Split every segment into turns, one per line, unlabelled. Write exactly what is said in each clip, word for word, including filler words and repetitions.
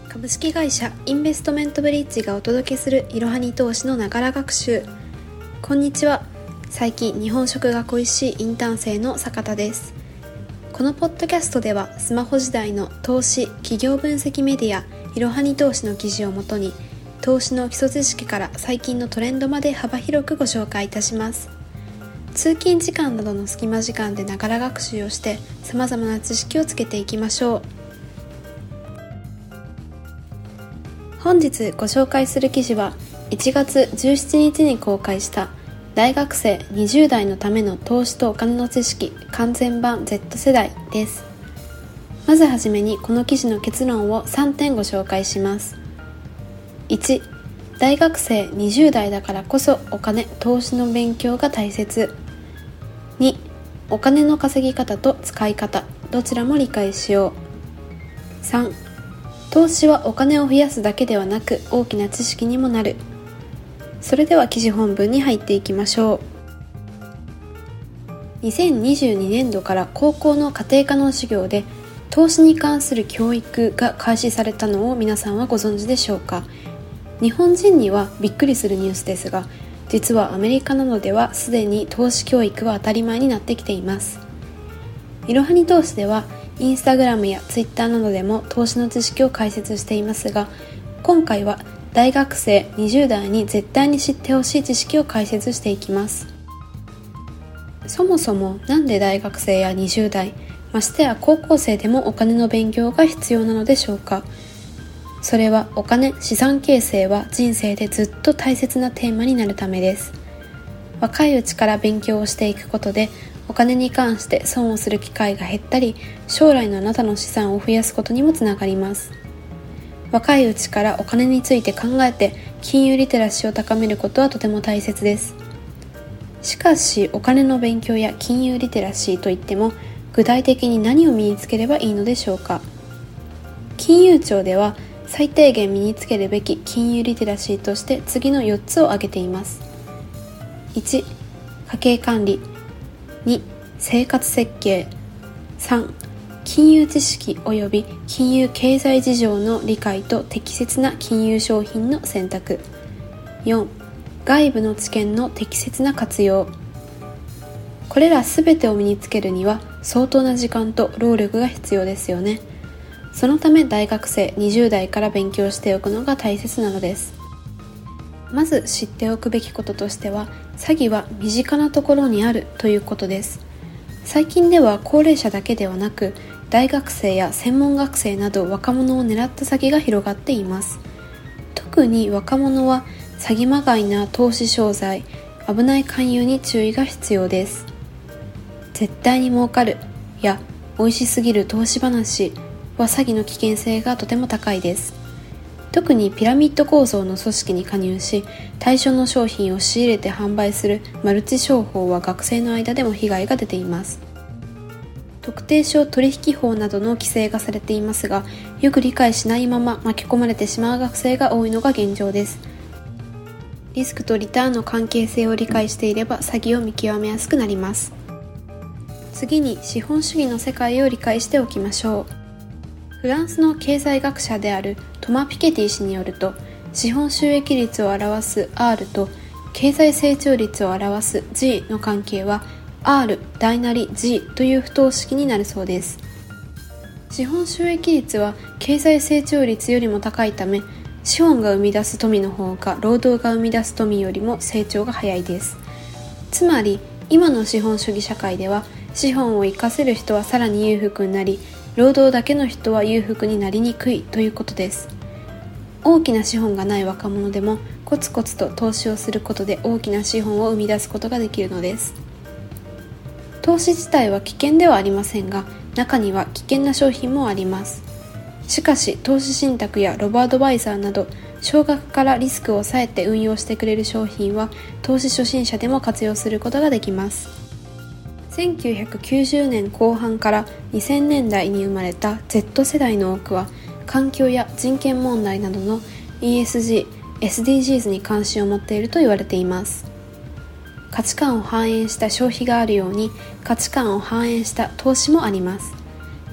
株式会社インベストメントブリッジがお届けするいろはに投資のながら学習。こんにちは。最近日本食が恋しいインターン生の坂田です。このポッドキャストではスマホ時代の投資企業分析メディアいろはに投資の記事をもとに投資の基礎知識から最近のトレンドまで幅広くご紹介いたします。通勤時間などの隙間時間でながら学習をして様々な知識をつけていきましょう。本日ご紹介する記事はいちがつじゅうしちにちに公開した大学生にじゅう代のための投資とお金の知識完全版 Z 世代です。まずはじめにこの記事の結論をさんてんご紹介します。いち、大学生にじゅう代だからこそお金・投資の勉強が大切。に、お金の稼ぎ方と使い方どちらも理解しよう。さん、投資はお金を増やすだけではなく大きな知識にもなる。それでは記事本文に入っていきましょう。にせんにじゅうにねんどから高校の家庭科の授業で投資に関する教育が開始されたのを皆さんはご存知でしょうか。日本人にはびっくりするニュースですが、実はアメリカなどではすでに投資教育は当たり前になってきています。いろはに投資ではインスタグラムやツイッターなどでも投資の知識を解説していますが、今回は大学生にじゅう代に絶対に知ってほしい知識を解説していきます。そもそもなんで大学生やにじゅう代、ましてや高校生でもお金の勉強が必要なのでしょうか。それはお金・資産形成は人生でずっと大切なテーマになるためです。若いうちから勉強をしていくことでお金に関して損をする機会が減ったり、将来のあなたの資産を増やすことにもつながります。若いうちからお金について考えて金融リテラシーを高めることはとても大切です。しかしお金の勉強や金融リテラシーといっても具体的に何を身につければいいのでしょうか。金融庁では最低限身につけるべき金融リテラシーとして次のよっつを挙げています。いち、家計管理。に、生活設計。さん、金融知識及び金融経済事情の理解と適切な金融商品の選択。よん、外部の知見の適切な活用。これらすべてを身につけるには相当な時間と労力が必要ですよね。そのため大学生にじゅう代から勉強しておくのが大切なのです。まず知っておくべきこととしては、詐欺は身近なところにあるということです。最近では高齢者だけではなく、大学生や専門学生など若者を狙った詐欺が広がっています。特に若者は詐欺まがいな投資商材、危ない勧誘に注意が必要です。絶対に儲かるや美味しすぎる投資話は詐欺の危険性がとても高いです。特にピラミッド構造の組織に加入し、対象の商品を仕入れて販売するマルチ商法は学生の間でも被害が出ています。特定商取引法などの規制がされていますが、よく理解しないまま巻き込まれてしまう学生が多いのが現状です。リスクとリターンの関係性を理解していれば詐欺を見極めやすくなります。次に資本主義の世界を理解しておきましょう。フランスの経済学者であるトマ・ピケティ氏によると、資本収益率を表す アール と経済成長率を表す ジー の関係は アール 大なり ジー という不等式になるそうです。資本収益率は経済成長率よりも高いため、資本が生み出す富の方が労働が生み出す富よりも成長が早いです。つまり今の資本主義社会では資本を生かせる人はさらに裕福になり、労働だけの人は裕福になりにくいということです。大きな資本がない若者でもコツコツと投資をすることで大きな資本を生み出すことができるのです。投資自体は危険ではありませんが、中には危険な商品もあります。しかし投資信託やロボアドバイザーなど少額からリスクを抑えて運用してくれる商品は投資初心者でも活用することができます。せんきゅうひゃくきゅうじゅうねんこう半からにせんねんだいに生まれた Z 世代の多くは環境や人権問題などの イーエスジー、エスディージーズ に関心を持っていると言われています。価値観を反映した消費があるように価値観を反映した投資もあります。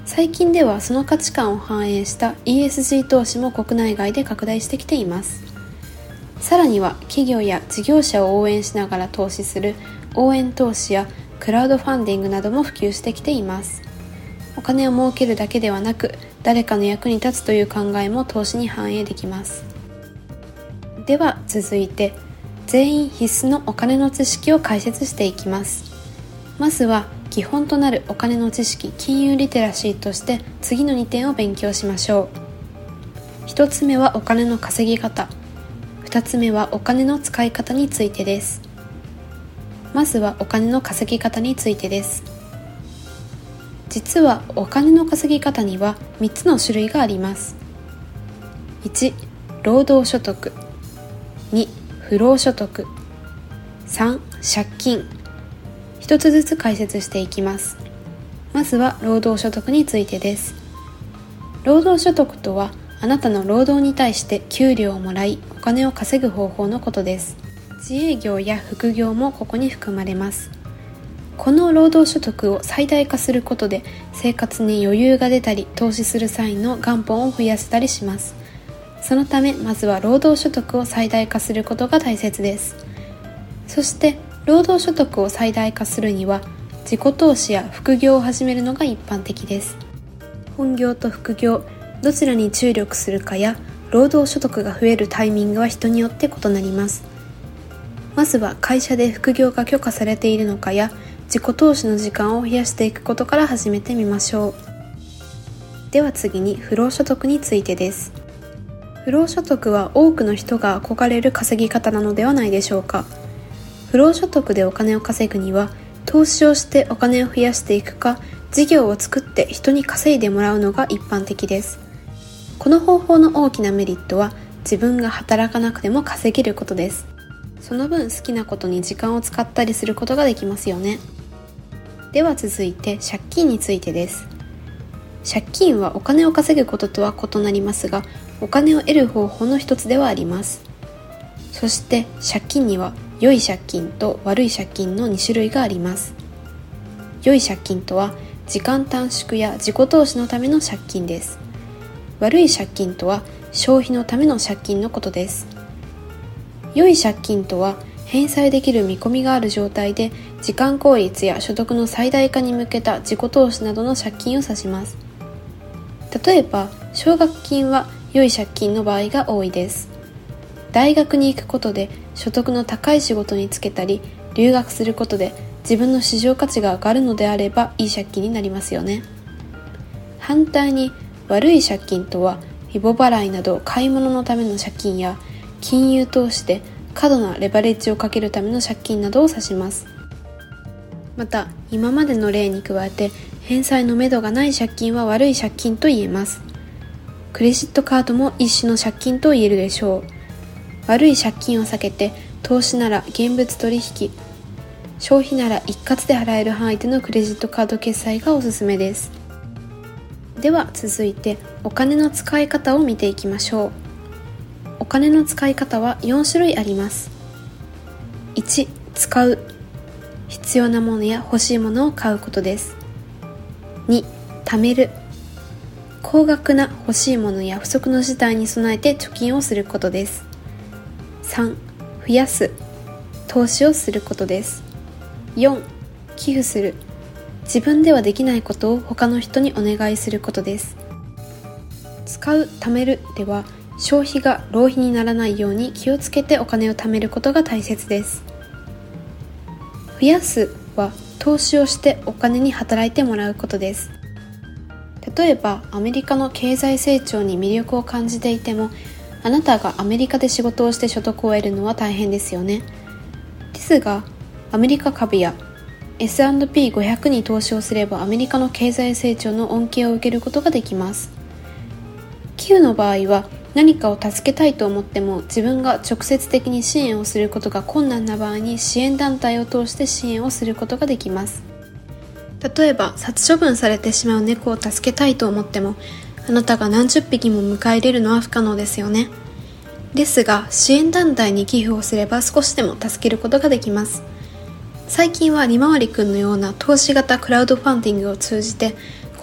最近ではその価値観を反映した イーエスジー 投資も国内外で拡大してきています。さらには企業や事業者を応援しながら投資する応援投資やクラウドファンディングなども普及してきています。お金を儲けるだけではなく、誰かの役に立つという考えも投資に反映できます。では続いて、全員必須のお金の知識を解説していきます。まずは基本となるお金の知識、金融リテラシーとして次のにてんを勉強しましょう。ひとつめはお金の稼ぎ方、ふたつめはお金の使い方についてです。まずはお金の稼ぎ方についてです。実はお金の稼ぎ方にはみっつの種類があります。いち、労働所得、に、不労所得、さん、借金。一つずつ解説していきます。まずは労働所得についてです。労働所得とは、あなたの労働に対して給料をもらいお金を稼ぐ方法のことです。自営業や副業もここに含まれます。この労働所得を最大化することで生活に余裕が出たり、投資する際の元本を増やせたりします。そのためまずは労働所得を最大化することが大切です。そして労働所得を最大化するには自己投資や副業を始めるのが一般的です。本業と副業どちらに注力するかや労働所得が増えるタイミングは人によって異なります。まずは会社で副業が許可されているのかや自己投資の時間を増やしていくことから始めてみましょう。では次に不労所得についてです。不労所得は多くの人が憧れる稼ぎ方なのではないでしょうか。不労所得でお金を稼ぐには投資をしてお金を増やしていくか、事業を作って人に稼いでもらうのが一般的です。この方法の大きなメリットは自分が働かなくても稼げることです。その分好きなことに時間を使ったりすることができますよね。では続いて借金についてです。借金はお金を稼ぐこととは異なりますが、お金を得る方法の一つではあります。そして借金には良い借金と悪い借金のに種類があります。良い借金とは時間短縮や自己投資のための借金です。悪い借金とは消費のための借金のことです。良い借金とは返済できる見込みがある状態で時間効率や所得の最大化に向けた自己投資などの借金を指します。例えば奨学金は良い借金の場合が多いです。大学に行くことで所得の高い仕事に就けたり、留学することで自分の市場価値が上がるのであればいい借金になりますよね。反対に悪い借金とはリボ払いなど買い物のための借金や金融投資で過度なレバレッジをかけるための借金などを指します。また今までの例に加えて返済のめどがない借金は悪い借金と言えます。クレジットカードも一種の借金と言えるでしょう。悪い借金を避けて投資なら現物取引、消費なら一括で払える範囲でのクレジットカード決済がおすすめです。では続いてお金の使い方を見ていきましょう。お金の使い方はよん種類あります。いち、使う。必要なものや欲しいものを買うことです。に、貯める。高額な欲しいものや不測の事態に備えて貯金をすることです。さん、増やす。投資をすることです。よん、寄付する。自分ではできないことを他の人にお願いすることです。使う、貯めるでは消費が浪費にならないように気をつけてお金を貯めることが大切です。増やすは投資をしてお金に働いてもらうことです。例えばアメリカの経済成長に魅力を感じていても、あなたがアメリカで仕事をして所得を得るのは大変ですよね。ですがアメリカ株や エスアンドピーごひゃく に投資をすればアメリカの経済成長の恩恵を受けることができます。寄付の場合は何かを助けたいと思っても自分が直接的に支援をすることが困難な場合に支援団体を通して支援をすることができます。例えば殺処分されてしまう猫を助けたいと思ってもあなたが何十匹も迎え入れるのは不可能ですよね。ですが支援団体に寄付をすれば少しでも助けることができます。最近は利回りくんのような投資型クラウドファンディングを通じて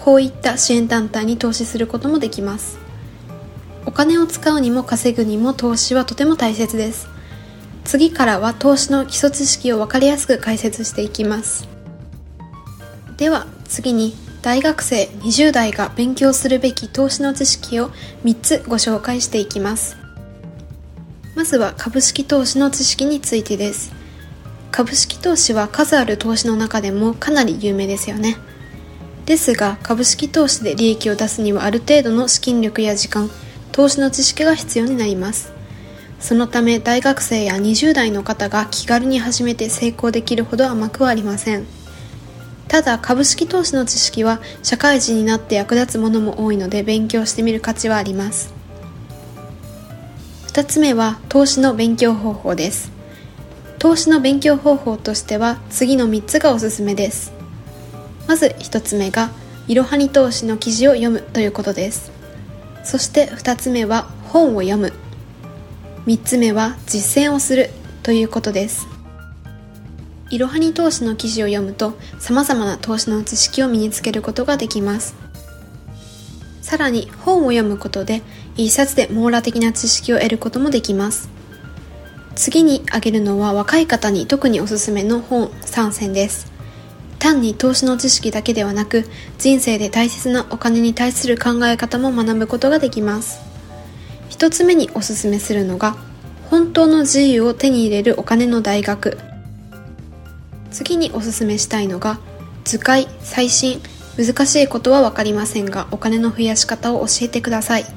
こういった支援団体に投資することもできます。お金を使うにも稼ぐにも投資はとても大切です。次からは投資の基礎知識を分かりやすく解説していきます。では次に大学生にじゅう代が勉強するべき投資の知識をみっつご紹介していきます。まずは株式投資の知識についてです。株式投資は数ある投資の中でもかなり有名ですよね。ですが株式投資で利益を出すにはある程度の資金力や時間、投資の知識が必要になります。そのため大学生やにじゅう代の方が気軽に始めて成功できるほど甘くはありません。ただ株式投資の知識は社会人になって役立つものも多いので勉強してみる価値はあります。ふたつめは投資の勉強方法です。投資の勉強方法としては次のみっつがおすすめです。まずひとつめがいろはに投資の記事を読むということです。そしてふたつめは本を読む。みっつめは実践をするということです。いろはに投資の記事を読むと様々な投資の知識を身につけることができます。さらに本を読むことで一冊で網羅的な知識を得ることもできます。次に挙げるのは若い方に特におすすめの本さんせんです。単に投資の知識だけではなく人生で大切なお金に対する考え方も学ぶことができます。一つ目におすすめするのが本当の自由を手に入れるお金の大学。次におすすめしたいのが図解、最新、難しいことはわかりませんがお金の増やし方を教えてください。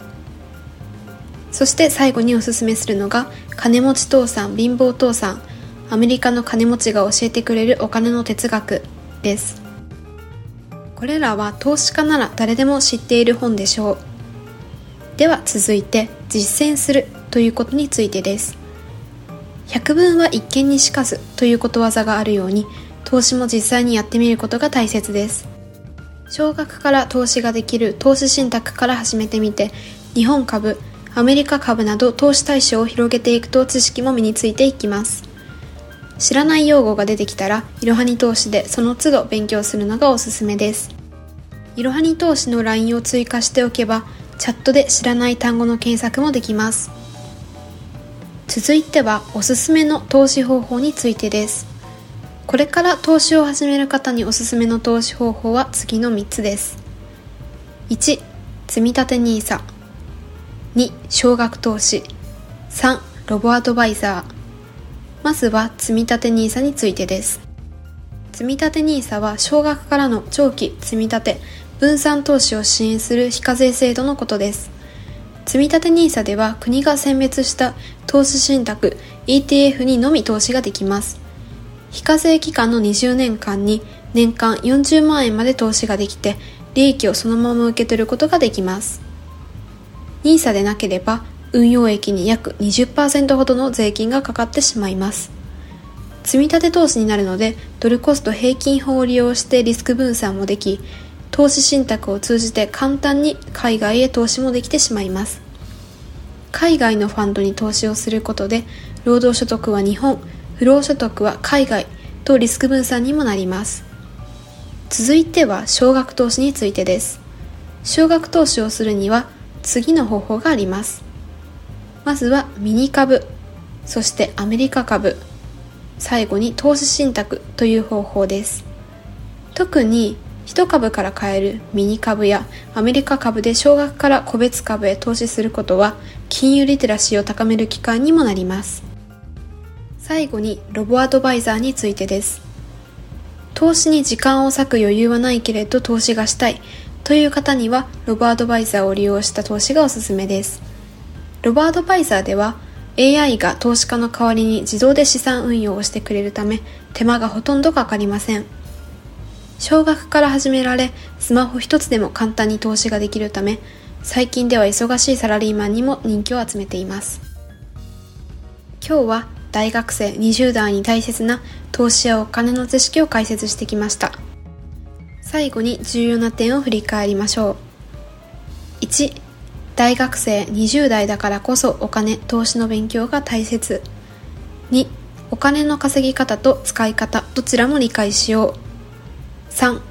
そして最後におすすめするのが金持ち父さん、貧乏父さん、アメリカの金持ちが教えてくれるお金の哲学です。これらは投資家なら誰でも知っている本でしょう。では続いて実践するということについてです。百聞は一見にしかずということわざがあるように投資も実際にやってみることが大切です。少額から投資ができる投資信託から始めてみて日本株、アメリカ株など投資対象を広げていくと知識も身についていきます。知らない用語が出てきたらいろはに投資でその都度勉強するのがおすすめです。いろはに投資の ライン を追加しておけばチャットで知らない単語の検索もできます。続いてはおすすめの投資方法についてです。これから投資を始める方におすすめの投資方法は次のみっつです。いち. 積立 ニーサ、に. 少額投資、さん. ロボアドバイザー。まずは積立 ニーサについてです。積立 ニーサは少額からの長期積立分散投資を支援する非課税制度のことです。積立 ニーサでは国が選別した投資信託 イーティーエフ にのみ投資ができます。非課税期間のにじゅうねんかんに年間よんじゅうまんえんまで投資ができて利益をそのまま受け取ることができます。ニーサでなければ運用益に約 にじゅっパーセント ほどの税金がかかってしまいます。積立投資になるのでドルコスト平均法を利用してリスク分散もでき、投資信託を通じて簡単に海外へ投資もできてしまいます。海外のファンドに投資をすることで労働所得は日本、不労所得は海外とリスク分散にもなります。続いては少額投資についてです。少額投資をするには次の方法があります。まずはミニ株、そしてアメリカ株、最後に投資信託という方法です。特にいち株から買えるミニ株やアメリカ株で少額から個別株へ投資することは金融リテラシーを高める機会にもなります。最後にロボアドバイザーについてです。投資に時間を割く余裕はないけれど投資がしたいという方にはロボアドバイザーを利用した投資がおすすめです。ロボアドバイザーでは エーアイ が投資家の代わりに自動で資産運用をしてくれるため手間がほとんどかかりません。少額から始められスマホ一つでも簡単に投資ができるため最近では忙しいサラリーマンにも人気を集めています。今日は大学生にじゅう代に大切な投資やお金の知識を解説してきました。最後に重要な点を振り返りましょう。いち. 大学生にじゅう代だからこそお金、投資の勉強が大切。に. お金の稼ぎ方と使い方どちらも理解しよう。さん.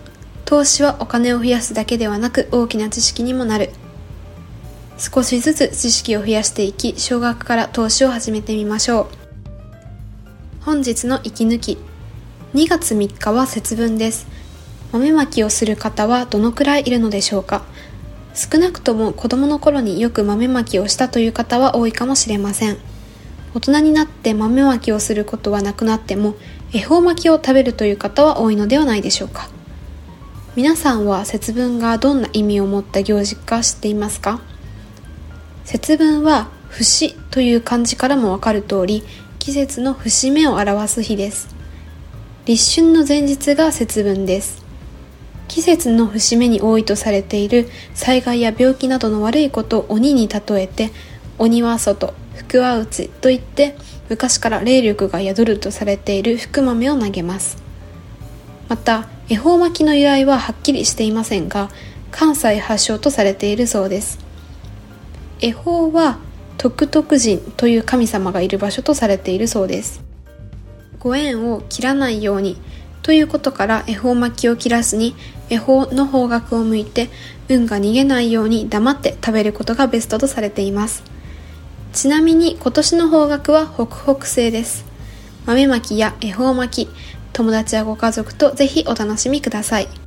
投資はお金を増やすだけではなく大きな知識にもなる。少しずつ知識を増やしていき、少額から投資を始めてみましょう。本日の息抜き。にがつみっかは節分です。豆まきをする方はどのくらいいるのでしょうか。少なくとも子供の頃によく豆まきをしたという方は多いかもしれません。大人になって豆まきをすることはなくなっても、恵方巻きを食べるという方は多いのではないでしょうか。皆さんは節分がどんな意味を持った行事か知っていますか？節分は節という漢字からもわかる通り、季節の節目を表す日です。立春の前日が節分です。季節の節目に多いとされている災害や病気などの悪いことを鬼に例えて、鬼は外、福は内といって、昔から霊力が宿るとされている福豆を投げます。また、恵方巻きの由来ははっきりしていませんが、関西発祥とされているそうです。恵方は徳徳神という神様がいる場所とされているそうです。ご縁を切らないようにということから、恵方巻きを切らずに恵方の方角を向いて、運が逃げないように黙って食べることがベストとされています。ちなみに今年の方角は北北西です。豆まきや恵方巻き、友達やご家族とぜひお楽しみください。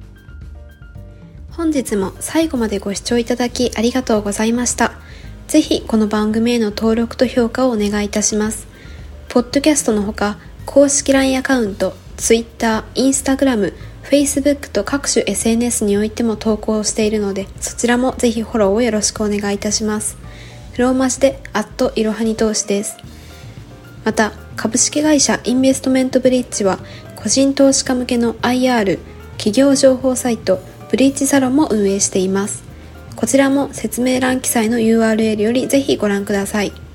本日も最後までご視聴いただきありがとうございました。ぜひこの番組への登録と評価をお願いいたします。ポッドキャストのほか、公式 ライン アカウント、Twitter、Instagram、Facebook と各種 エスエヌエス においても投稿しているので、そちらもぜひフォローをよろしくお願いいたします。ローマ字でアットいろはに投資です。また、株式会社インベストメントブリッジは個人投資家向けの アイアール 企業情報サイトブリッジサロンも運営しています。こちらも説明欄記載の ユーアールエル よりぜひご覧ください。